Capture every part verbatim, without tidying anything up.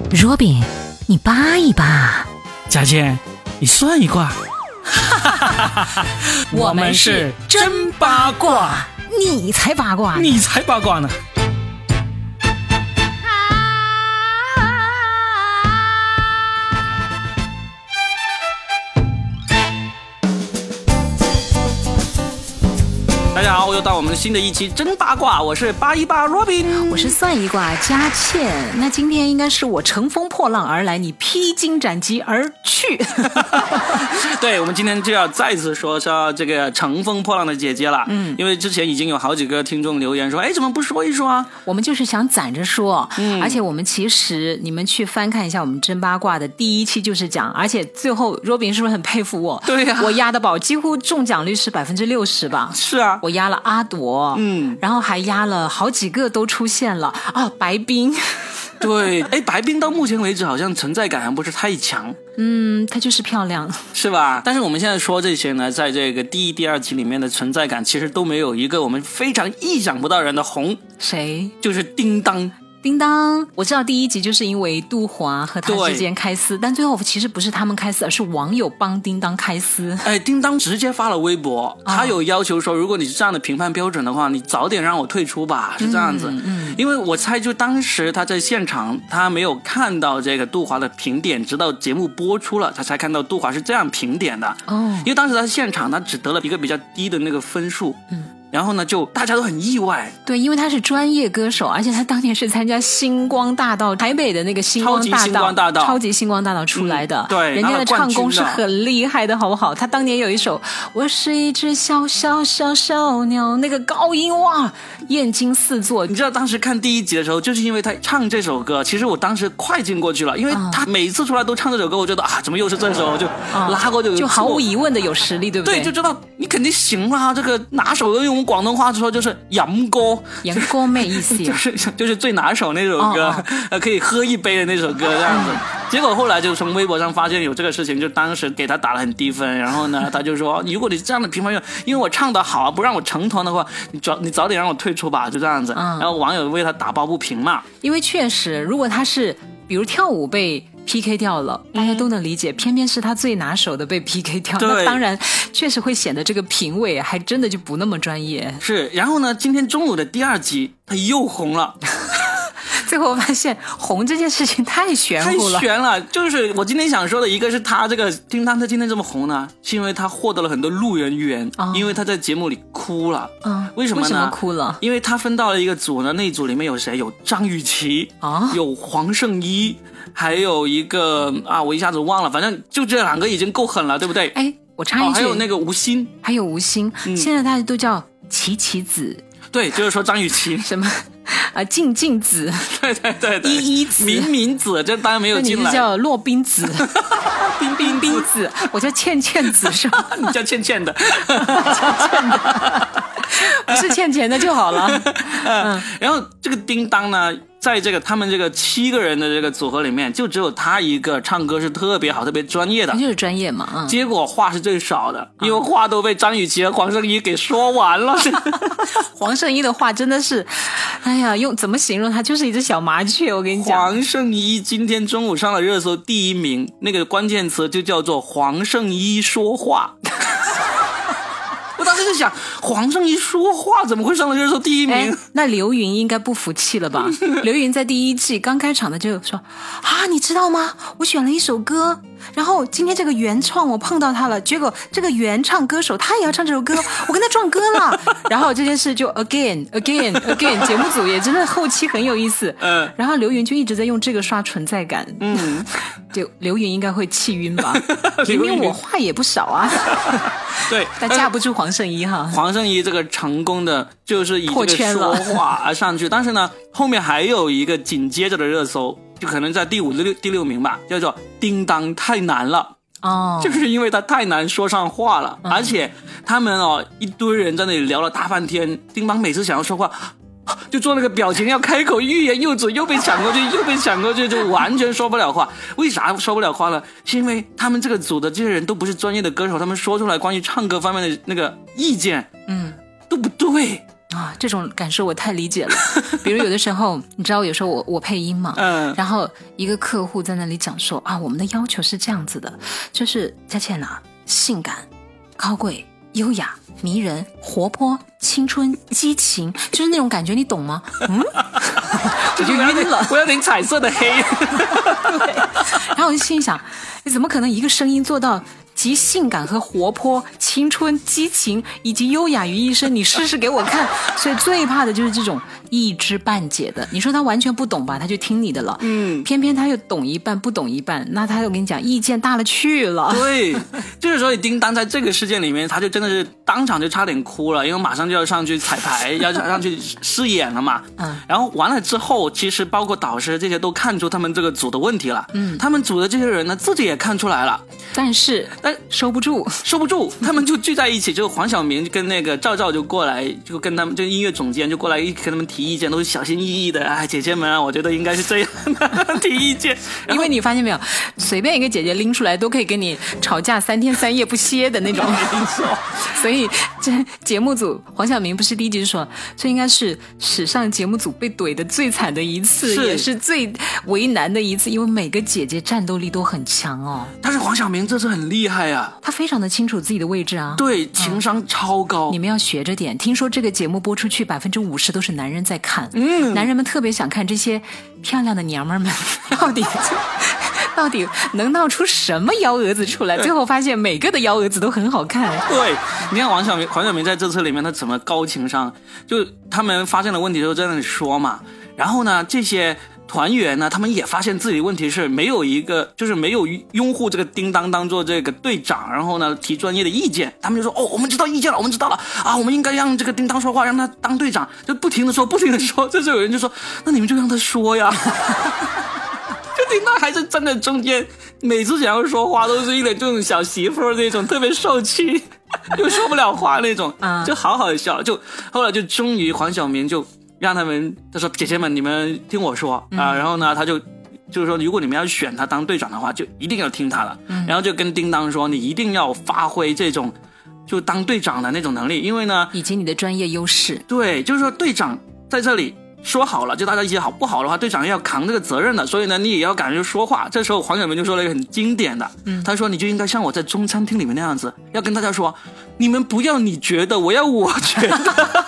Robin， 你扒一扒。 佳倩，你算一卦。 我们是真八卦，你才八卦， 你才八卦呢。大家好，又到我们新的一期真八卦，我是八一八 Robin， 我是算一卦佳倩。那今天应该是我乘风破浪而来，你披荆斩棘而去。 对，我们今天就要再次说说这个乘风破浪的姐姐了。嗯，因为之前已经有好几个听众留言说，哎，怎么不说一说啊？ 我们就是想攒着说， 嗯， 而且我们其实你们去翻看一下我们真八卦的第一期就是讲，而且最后 Robin 是不是很佩服我？ 对呀、啊， 我押的宝几乎中奖率是百分之六十吧？ 是啊。 我压了阿朵，嗯，然后还压了好几个都出现了啊，白冰， 对，哎，白冰到目前为止好像存在感还不是太强， 嗯，她就是漂亮， 是吧？但是我们现在说这些呢，在这个第一、第二期里面的存在感，其实都没有一个我们非常意想不到人的红， 谁？ 就是叮当。 叮当，我知道第一集就是因为杜华和他之间开撕，但最后其实不是他们开撕，而是网友帮叮当开撕。 哎，叮当直接发了微博，哦、他有要求说，如果你是这样的评判标准的话，你早点让我退出吧，是这样子。嗯嗯、因为我猜，就当时他在现场，他没有看到这个杜华的评点，直到节目播出了，他才看到杜华是这样评点的。哦，因为当时他现场，他只得了一个比较低的那个分数。嗯。然后呢，就大家都很意外。 对，因为他是专业歌手，而且他当年是参加星光大道，台北的那个星光大道， 超级星光大道， 超级星光大道出来的。 嗯、对， 人家的唱功是很厉害的，好不好？他当年有一首《我是一只小小小小鸟》，那个高音哇，艳惊四座。 你知道当时看第一集的时候，就是因为他唱这首歌，其实我当时快进过去了，因为他每次出来都唱这首歌，我觉得啊，怎么又是这首？就拉过去， 就毫无疑问的有实力，对不对？ 对，就知道你肯定行啦。这个拿手的，用广东话说就是洋歌， 洋歌咩意思、啊？ 就是就是最拿手那首歌，哦哦可以喝一杯的那首歌这样子。结果后来就从微博上发现有这个事情，就当时给他打了很低分。然后呢，他就说，如果你这样的评分，因为我唱得好，不让我成团的话，你早你早点让我退出吧，就这样子。嗯、然后网友为他打抱不平嘛。 因为确实，如果他是比如跳舞被P K 掉了，大家都能理解，偏偏是他最拿手的被 P K 掉，那当然确实会显得这个评委还真的就不那么专业。 是，然后呢，今天中午的第二集他又红了。 最后发现红这件事情太玄乎了， 太玄了。就是我今天想说的一个是他这个叮当他今天这么红呢，是因为他获得了很多路人缘，哦、因为他在节目里哭了。嗯、为什么呢？ 为什么哭了？ 因为他分到了一个组呢，那一组里面有谁？有张雨绮，哦、有黄圣依，还有一个啊，我一下子忘了，反正就这两个已经够狠了，对不对？ 哎，我插一句，哦、 还有那个吴昕， 还有吴昕，嗯、现在大家都叫琪琪子。 对，就是说张雨绮什么啊，静静子， 对对对对， 依依子， 明明子，这当然没有进来。 那你就叫洛宾子，冰冰冰子，我叫倩倩子是吧？ 你叫倩倩的， 倩倩的，不是欠钱的就好了。 嗯，然后这个叮当呢，在这个他们这个七个人的这个组合里面，就只有他一个唱歌是特别好、特别专业的， 就是专业嘛。嗯、 结果话是最少的，因为话都被张雨绮和黄圣依给说完了。 黄圣依的话真的是，哎呀，用怎么形容他，就是一只小麻雀。我跟你讲， 黄圣依今天中午上了热搜第一名，那个关键词就叫做黄圣依说话。我当时就想，黄圣依说话怎么会上了热搜第一名？ 那刘芸应该不服气了吧？刘芸在第一季刚开场的就说啊，你知道吗？我选了一首歌，然后今天这个原创我碰到他了，结果这个原唱歌手他也要唱这首歌，我跟他撞歌了。然后这件事就 again again again， 节目组也真的后期很有意思。嗯，然后刘芸就一直在用这个刷存在感。嗯，就刘芸应该会气晕吧？明明我话也不少啊。 对， 但架不住黄圣依哈。 黄圣依这个成功的就是以这个说话而上去，但是呢，后面还有一个紧接着的热搜，就可能在第五、第六、第六名吧，叫做“叮当太难了”。哦，就是因为他太难说上话了，嗯、而且他们哦一堆人在那里聊了大半天，叮当每次想要说话，就做那个表情要开口，欲言又止，又被抢过去，又被抢过去，就完全说不了话。为啥说不了话呢？是因为他们这个组的这些人都不是专业的歌手，他们说出来关于唱歌方面的那个意见，嗯，都不对。 啊，这种感受我太理解了。比如有的时候，你知道，有时候我我配音嘛， 嗯， 然后一个客户在那里讲说啊，我们的要求是这样子的，就是佳倩啊，性感、高贵、优雅、迷人、活泼、青春、激情，就是那种感觉，你懂吗？嗯，我就晕了， 我要点彩色的黑。 对，然后我就心里想，你怎么可能一个声音做到集性感和活泼、青春、激情以及优雅于一身？你试试给我看。所以最怕的就是这种一知半解的。你说他完全不懂吧，他就听你的了。嗯，偏偏他又懂一半，不懂一半，那他就跟你讲意见大了去了。 对，就是所以叮当在这个事件里面，他就真的是当场就差点哭了，因为马上就要上去彩排，要上去试演了嘛。嗯，然后完了之后，其实包括导师这些都看出他们这个组的问题了。嗯，他们组的这些人呢，自己也看出来了， 但是但收不住， 收不住，他们就聚在一起，就黄晓明跟那个赵赵就过来，就跟他们就音乐总监就过来跟他们提意见，都是小心翼翼的。哎，姐姐们啊，我觉得应该是这样的提意见。 因为你发现没有，随便一个姐姐拎出来都可以跟你吵架三天三夜不歇的那种。所以这节目组黄晓明不是第一集就说，这应该是史上节目组被怼的最惨的一次，是也是最为难的一次，因为每个姐姐战斗力都很强哦。 但是黄晓明这次很厉害啊， 他非常的清楚自己的位置啊， 对，情商超高。 嗯、你们要学着点。听说这个节目播出去百分之五十都是男人在看，嗯，男人们特别想看这些漂亮的娘们们到底到底能闹出什么幺蛾子出来。最后发现每个的幺蛾子都很好看。 对，你看黄晓明黄晓明在这次里面他怎么高情商，就他们发现了问题就在那里说嘛，然后呢这些团员呢，他们也发现自己的问题是没有一个，就是没有拥护这个叮当当做这个队长，然后呢提专业的意见，他们就说哦，我们知道意见了，我们知道了啊，我们应该让这个叮当说话，让他当队长，就不停的说，不停的说。这时候有人就说，那你们就让他说呀。就叮当还是站在中间，每次想要说话都是一脸这种小媳妇那种，特别受气，又说不了话那种，就好好笑。就后来就终于黄晓明就让他们，他说姐姐们你们听我说啊、嗯呃，然后呢他就就是说如果你们要选他当队长的话就一定要听他的、嗯、然后就跟叮当说你一定要发挥这种就当队长的那种能力，因为呢以及你的专业优势。 对，就是说队长在这里说好了就大家一起好，不好的话队长要扛这个责任的，所以呢你也要敢于说话。这时候黄晓明就说了一个很经典的、嗯、他说你就应该像我在中餐厅里面那样子，要跟大家说你们不要你觉得，我要我觉得。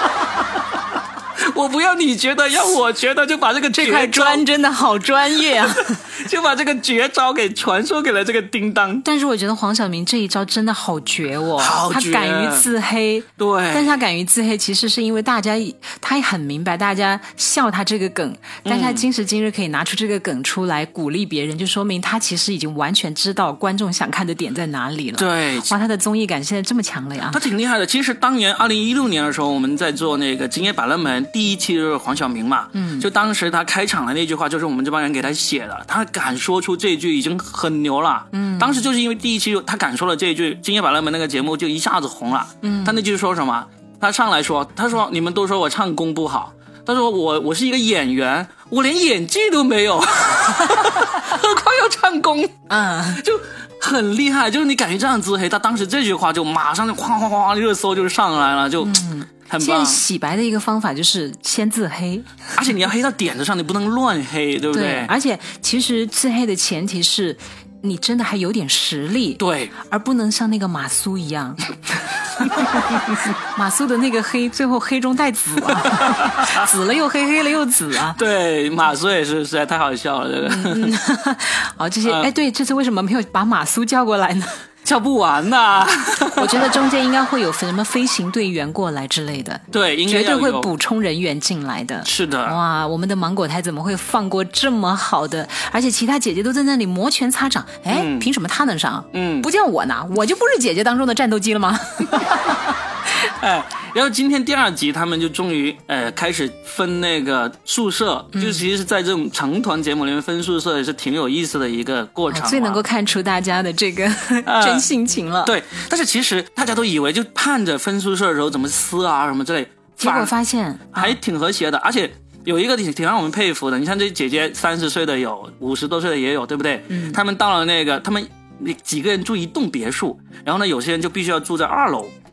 我不要你觉得，要我觉得，就把这个这块砖真的好专业啊， 就把这个绝招给传授给了这个叮当。 但是我觉得黄晓明这一招真的好绝哦， 好绝， 他敢于自黑。 对， 但是他敢于自黑，其实是因为大家他也很明白，大家笑他这个梗，但是他今时今日可以拿出这个梗出来鼓励别人，就说明他其实已经完全知道观众想看的点在哪里了。 对， 哇，他的综艺感现在这么强了呀！ 他挺厉害的。其实当年二零一六年的时候，我们在做那个《今夜百乐门》第一期就是黄晓明嘛，嗯，就当时他开场的那句话就是我们这帮人给他写的，他敢说出这句已经很牛了，嗯，当时就是因为第一期他敢说了这一句，《今夜百乐门》那个节目就一下子红了，嗯，他那句说什么？他上来说，他说你们都说我唱功不好，他说我我是一个演员，我连演技都没有，何况要唱功，嗯，就很厉害。就是你敢于这样自黑，他当时这句话就马上就哗哗哗热搜就上来了，就、嗯、很棒。 现在洗白的一个方法就是先自黑， 而且你要黑到点子上，你不能乱黑，对不对？ 对，而且其实自黑的前提是你真的还有点实力， 对， 而不能像那个马苏一样。马苏的那个黑最后黑中带紫啊，紫了又黑，黑了又紫啊。 对，马苏也是实在太好笑了这个。嗯、 好，这些哎、呃，对，这次为什么没有把马苏叫过来呢？ 叫不完呐。 我觉得中间应该会有什么飞行队员过来之类的， 对，应该绝对会补充人员进来的。 是的， 哇，我们的芒果台怎么会放过这么好的？而且其他姐姐都在那里摩拳擦掌，哎、嗯，凭什么她能上？嗯，不叫我呢，我就不是姐姐当中的战斗机了吗？ 哎，然后今天第二集他们就终于呃开始分那个宿舍、嗯、就其实是在这种成团节目里面分宿舍也是挺有意思的一个过程、啊、 最能够看出大家的这个、呃、真性情了。 对，但是其实大家都以为就盼着分宿舍的时候怎么撕啊什么之类， 结果发现还挺和谐的、啊、而且有一个挺挺让我们佩服的，你看这姐姐三十岁的有，五十多岁的也有，对不对？嗯，他们到了那个他们几个人住一栋别墅，然后呢有些人就必须要住在二楼，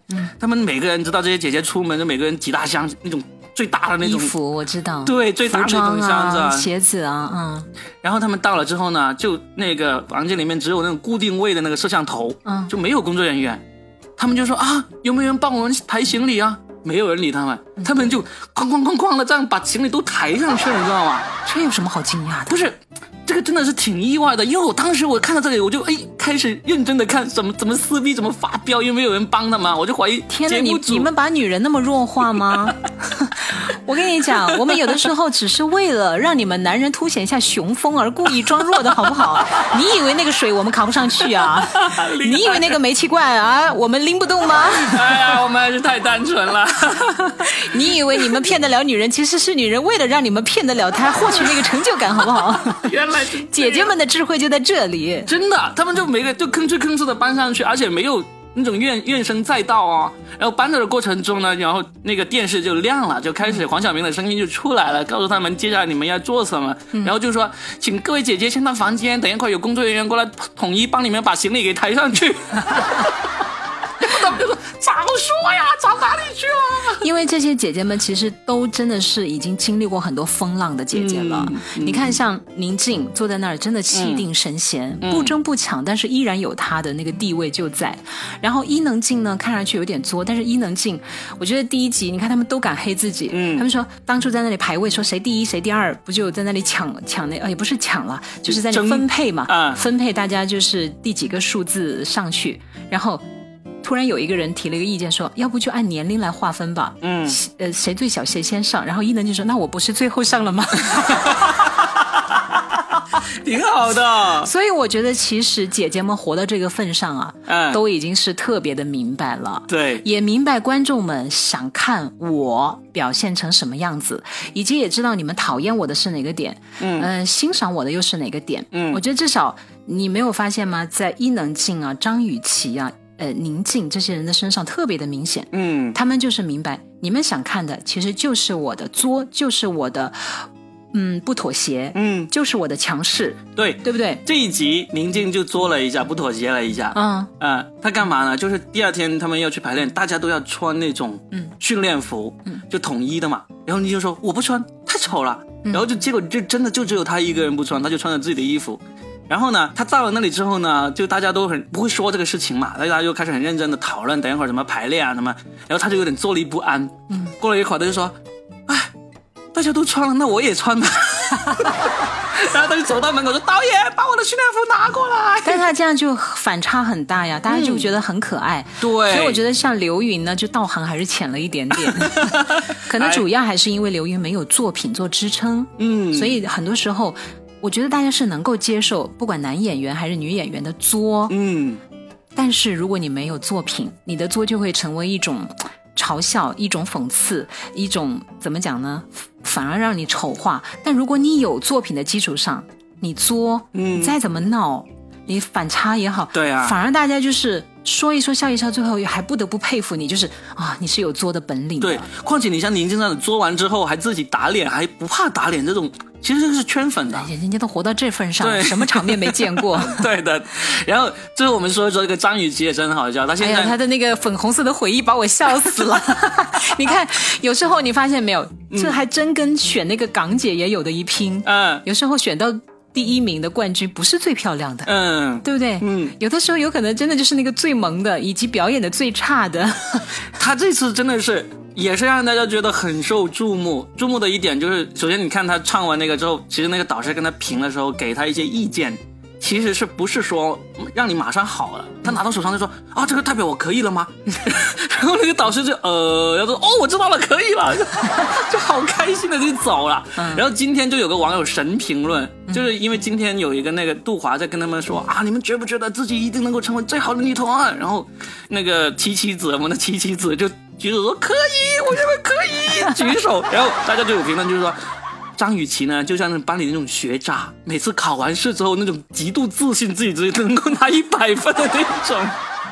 嗯，他们每个人知道这些姐姐出门就每个人几大箱那种最大的那种衣服，我知道， 对，最大的那种箱子、 啊、鞋子啊，嗯。 然后他们到了之后呢，就那个房间里面只有那种固定位的那个摄像头，嗯，就没有工作人员。他们就说啊，有没有人帮我们抬行李啊？没有人理他们，嗯、他们就哐哐哐哐的这样把行李都抬上去了，你知道吗？ 这有什么好惊讶的？ 不是。这个真的是挺意外的，因为我当时我看到这里，我就哎开始认真的看怎么怎么撕逼，怎么发飙，因为有人帮他们，我就怀疑天哪，你你们把女人那么弱化吗？我跟你讲，我们有的时候只是为了让你们男人凸显一下雄风而故意装弱的好不好？你以为那个水我们扛不上去啊？你以为那个煤气罐啊我们拎不动吗？ 哎呀，我们还是太单纯了。 你以为你们骗得了女人，其实是女人为了让你们骗得了她，获取那个成就感，好不好？ 原来姐姐们的智慧就在这里， 真的，他们就每个就吭哧吭哧的搬上去，而且没有那种怨怨声载道啊。然后搬着的过程中呢，然后那个电视就亮了，就开始黄晓明的声音就出来了，告诉他们接下来你们要做什么，嗯、然后就说请各位姐姐先到房间，等一会儿有工作人员过来统一帮你们把行李给抬上去。他们就说早说呀，早哪里去了？ 因为这些姐姐们其实都真的是已经经历过很多风浪的姐姐了。嗯嗯、你看，像宁静坐在那儿，真的气定神闲，嗯、不争不抢，但是依然有她的那个地位就在。然后伊能静呢，看上去有点作，但是伊能静，我觉得第一集你看他们都敢黑自己，嗯、他们说当初在那里排位，说谁第一谁第二，不就在那里抢抢那，呃，也不是抢了，就是在那里分配嘛，啊、分配大家就是第几个数字上去，然后。突然有一个人提了一个意见说，要不就按年龄来划分吧，嗯，呃，谁最小谁先上。然后伊能静说，那我不是最后上了吗？ 挺好的。 所以我觉得其实姐姐们活到这个份上啊，嗯，都已经是特别的明白了， 对， 也明白观众们想看我表现成什么样子，以及也知道你们讨厌我的是哪个点，嗯、呃，欣赏我的又是哪个点。嗯，我觉得至少你没有发现吗，在伊能静啊、张雨绮啊、呃，宁静这些人的身上特别的明显，嗯，他们就是明白你们想看的其实就是我的作，就是我的嗯不妥协，嗯，就是我的强势， 对对不对？ 这一集宁静就作了一下，不妥协了一下，嗯呃，他干嘛呢？就是第二天他们要去排练，大家都要穿那种嗯训练服，嗯，就统一的嘛。然后宁静说我不穿，太丑了。嗯、然后就结果就真的就只有他一个人不穿，他就穿着自己的衣服。然后呢，他到了那里之后呢，就大家都很不会说这个事情嘛，大家就开始很认真的讨论，等一会儿怎么排练啊什么。然后他就有点坐立不安。嗯，过了一会儿他就说：“哎，大家都穿了，那我也穿吧。”然后他就走到门口说：“导演，把我的训练服拿过来。” 但是他这样就反差很大呀，大家就觉得很可爱。 嗯、对， 所以我觉得像刘云呢，就道行还是浅了一点点，可能主要还是因为刘云没有作品做支撑。嗯，所以很多时候。我觉得大家是能够接受不管男演员还是女演员的作，嗯，但是如果你没有作品，你的作就会成为一种嘲笑，一种讽刺，一种怎么讲呢，反而让你丑化。但如果你有作品的基础上，你作，嗯，你再怎么闹，你反差也好， 对啊， 反而大家就是说一说笑一笑，最后还不得不佩服你，就是啊，你是有作的本领的。 对，况且你像宁静这样作完之后还自己打脸，还不怕打脸，这种其实这个是圈粉的。 人家都活到这份上，什么场面没见过？ 对的。然后最后我们说一说这个张雨绮也真的好笑，她现在、 哎、她的那个粉红色的回忆把我笑死了。你看，有时候你发现没有，这还真跟选那个港姐也有的一拼。嗯，有时候选到第一名的冠军不是最漂亮的，嗯，对不对？嗯，有的时候有可能真的就是那个最萌的，以及表演的最差的。 他这次真的是也是让大家觉得很受注目。注目的一点就是，首先你看他唱完那个之后，其实那个导师跟他评的时候给他一些意见，其实是不是说让你马上好了，他拿到手上就说啊，这个代表我可以了吗？然后那个导师就呃，要说哦，我知道了，可以了，就好开心的就走了。嗯、然后今天就有个网友神评论，就是因为今天有一个那个杜华在跟他们说啊，你们觉不觉得自己一定能够成为最好的女团？然后那个七七子，我们的七七子就举手说可以，我认为可以，举手。然后大家就有评论就是说，张雨绮呢，就像是班里那种学渣，每次考完试之后那种极度自信自己自己能够拿一百分的那种。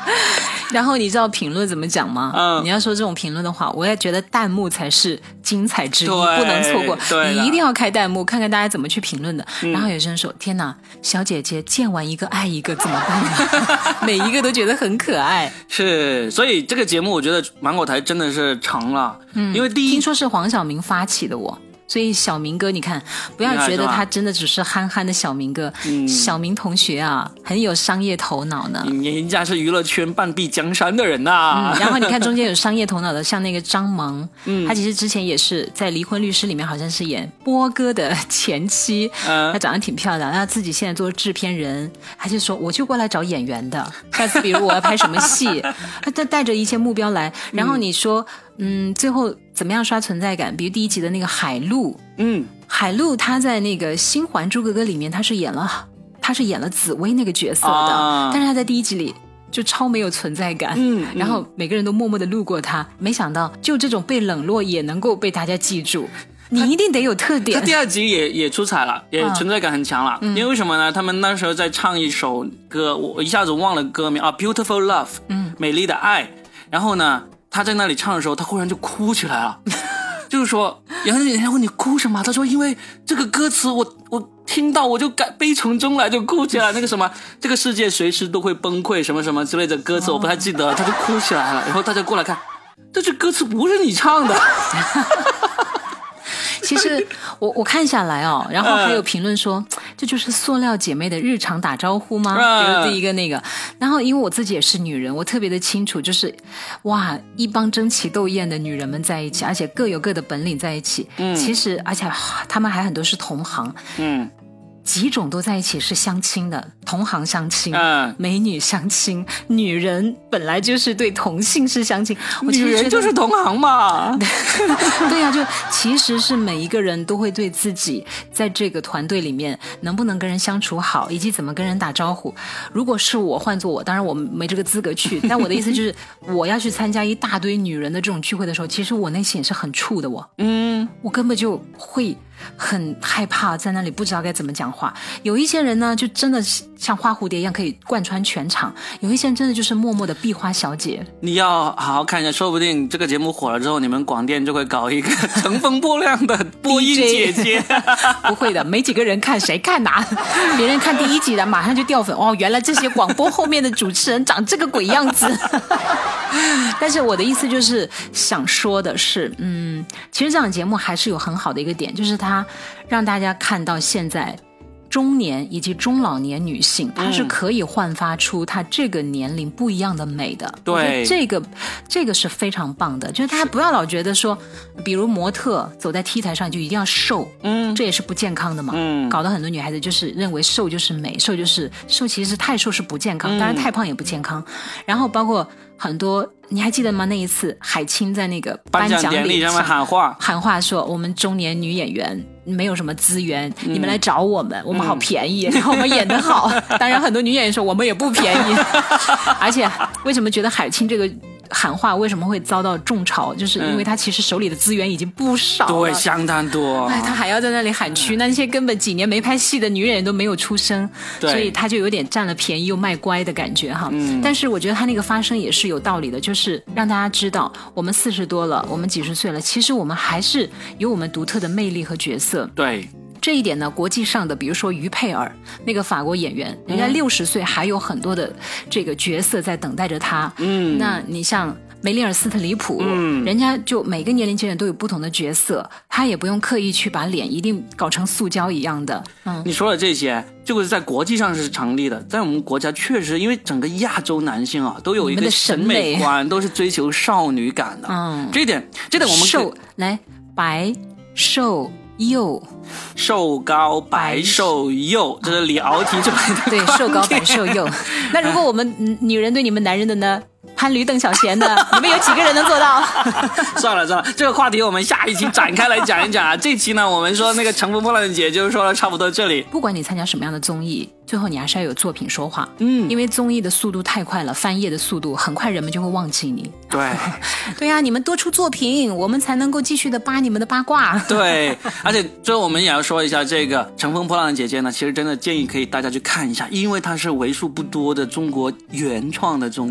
然后你知道评论怎么讲吗？嗯，你要说这种评论的话，我也觉得弹幕才是精彩之一，不能错过。你一定要开弹幕，看看大家怎么去评论的。嗯、然后有些人说：“天哪，小姐姐见完一个爱一个，怎么办呢？”每一个都觉得很可爱。 是，所以这个节目我觉得芒果台真的是成了。嗯，因为第一听说是黄晓明发起的我。所以小明哥你看，不要觉得他真的只是憨憨的小明哥，嗯、小明同学啊很有商业头脑呢， 人家是娱乐圈半壁江山的人呐、啊嗯、然后你看中间有商业头脑的像那个张萌、嗯、他其实之前也是在离婚律师里面好像是演波哥的前妻、嗯、他长得挺漂亮，他自己现在做制片人，他就说我就过来找演员的，下次比如我要拍什么戏他带着一些目标来，然后你说嗯，最后怎么样刷存在感？比如第一集的那个海陆，嗯，海陆他在那个《新还珠格格》里面他是演了，他是演了紫薇那个角色的，啊、但是他在第一集里就超没有存在感，嗯，嗯然后每个人都默默的路过他，没想到就这种被冷落也能够被大家记住。你一定得有特点。 他第二集也也出彩了，也存在感很强了、嗯。因为为什么呢？他们那时候在唱一首歌，我一下子忘了歌名啊，《Beautiful Love》，嗯，美丽的爱。然后呢？他在那里唱的时候，他忽然就哭起来了，就是说，然后人家问你哭什么？他说因为这个歌词我我听到我就感悲从中来就哭起来，那个什么这个世界随时都会崩溃什么什么之类的歌词我不太记得了，他就哭起来了，然后大家过来看，这句歌词不是你唱的。 其实我我看下来哦，然后还有评论说、嗯、这就是塑料姐妹的日常打招呼吗、嗯、比如第一个那个，然后因为我自己也是女人，我特别的清楚，就是哇一帮争奇斗艳的女人们在一起，而且各有各的本领在一起、嗯、其实而且她们还很多是同行，嗯，几种都在一起是相亲的，同行相亲、嗯、美女相亲，女人本来就是对同性是相亲， 我女人就是同行嘛。 对呀、啊，就其实是每一个人都会对自己在这个团队里面能不能跟人相处好，以及怎么跟人打招呼。如果是我换做我，当然我没这个资格去，但我的意思就是我要去参加一大堆女人的这种聚会的时候，其实我内心也是很怵的，我嗯，我根本就会很害怕在那里不知道该怎么讲话。有一些人呢就真的像花蝴蝶一样可以贯穿全场，有一些人真的就是默默的壁花小姐。 你要好好看一下，说不定这个节目火了之后，你们广电就会搞一个乘风破浪的播音姐姐。 不会的，没几个人看，谁看啊？别人看第一集的马上就掉粉哦，原来这些广播后面的主持人长这个鬼样子。但是我的意思就是想说的是，嗯，其实这档节目还是有很好的一个点，就是它让大家看到现在中年以及中老年女性，她是可以焕发出她这个年龄不一样的美的。 对， 这个这个是非常棒的，就是大家不要老觉得说，比如模特走在 T 台上就一定要瘦，嗯，这也是不健康的嘛。嗯，搞得很多女孩子就是认为瘦就是美，瘦就是瘦，其实太瘦是不健康，当然太胖也不健康。然后包括很多，你还记得吗？那一次海清在那个颁奖典礼上面喊话， 喊话说我们中年女演员没有什么资源、嗯、你们来找我们，我们好便宜、嗯、然后我们演得好。当然很多女演员说我们也不便宜。而且为什么觉得海清这个喊话为什么会遭到众嘲，就是因为他其实手里的资源已经不少了， 对，相当多。 哎，他还要在那里喊屈、嗯、那些根本几年没拍戏的女演员都没有出声，所以他就有点占了便宜又卖乖的感觉哈、嗯。但是我觉得他那个发声也是有道理的，就是让大家知道我们四十多了，我们几十岁了，其实我们还是有我们独特的魅力和角色。 对， 这一点呢，国际上的比如说于佩尔那个法国演员，人家六十岁还有很多的这个角色在等待着他。嗯，那你像梅丽尔·斯特里普、嗯、人家就每个年龄阶段都有不同的角色，他也不用刻意去把脸一定搞成塑胶一样的。 嗯，你说的这些就是在国际上是成立的，在我们国家确实因为整个亚洲男性啊都有一个审美观，都是追求少女感的。嗯，这一点这点我们瘦来白瘦幼， 瘦高白瘦幼，这是李敖提出来的。 对，瘦高白瘦幼。那如果我们女人对你们男人的呢？潘驴邓小闲的，你们有几个人能做到？ 算了算了，这个话题我们下一期展开来讲一讲啊。这期呢，我们说那个乘风破浪的姐就是说了差不多这里。 不管你参加什么样的综艺，最后你还是要有作品说话。嗯，因为综艺的速度太快了，翻页的速度很快，人们就会忘记你。 对， 对啊，你们多出作品，我们才能够继续的扒你们的八卦。 对，而且最后我们也要说一下这个乘风破浪的姐姐呢，其实真的建议可以大家去看一下，因为它是为数不多的中国原创的综艺。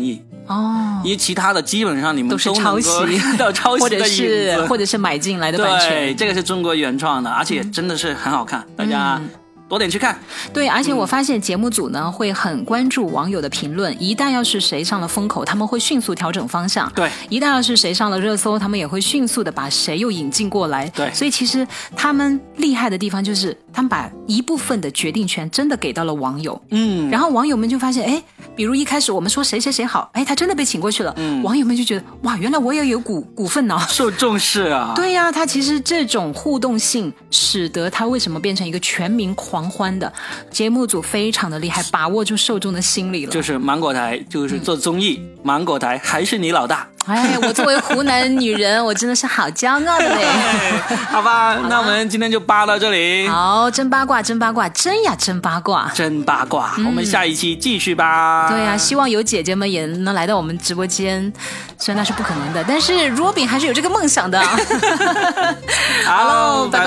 哦，因为其他的基本上你们都是抄袭， 都抄袭的或者是或者是买进来的版权。 对，这个是中国原创的，而且真的是很好看，嗯、大家多点去看。 对，而且我发现节目组呢会很关注网友的评论，一旦要是谁上了风口，他们会迅速调整方向。 对， 一旦要是谁上了热搜，他们也会迅速的把谁又引进过来。 对， 所以其实他们厉害的地方就是他们把一部分的决定权真的给到了网友。嗯，然后网友们就发现，哎，比如一开始我们说谁谁谁好，哎，他真的被请过去了。嗯，网友们就觉得哇，原来我也有股股份呢， 受重视啊。 对呀、啊，他其实这种互动性使得他为什么变成一个全民狂欢的。节目组非常的厉害，把握住受众的心理了。 就是芒果台，就是做综艺，嗯、芒果台还是你老大。 哎，我作为湖南女人，我真的是好骄傲的嘞。 好吧，那我们今天就扒到这里。 好，真八卦，真八卦，真呀，真八卦， 真八卦。嗯、我们下一期继续吧。 对呀、啊，希望有姐姐们也能来到我们直播间，虽然那是不可能的，但是 Robin 还是有这个梦想的。 好，拜拜。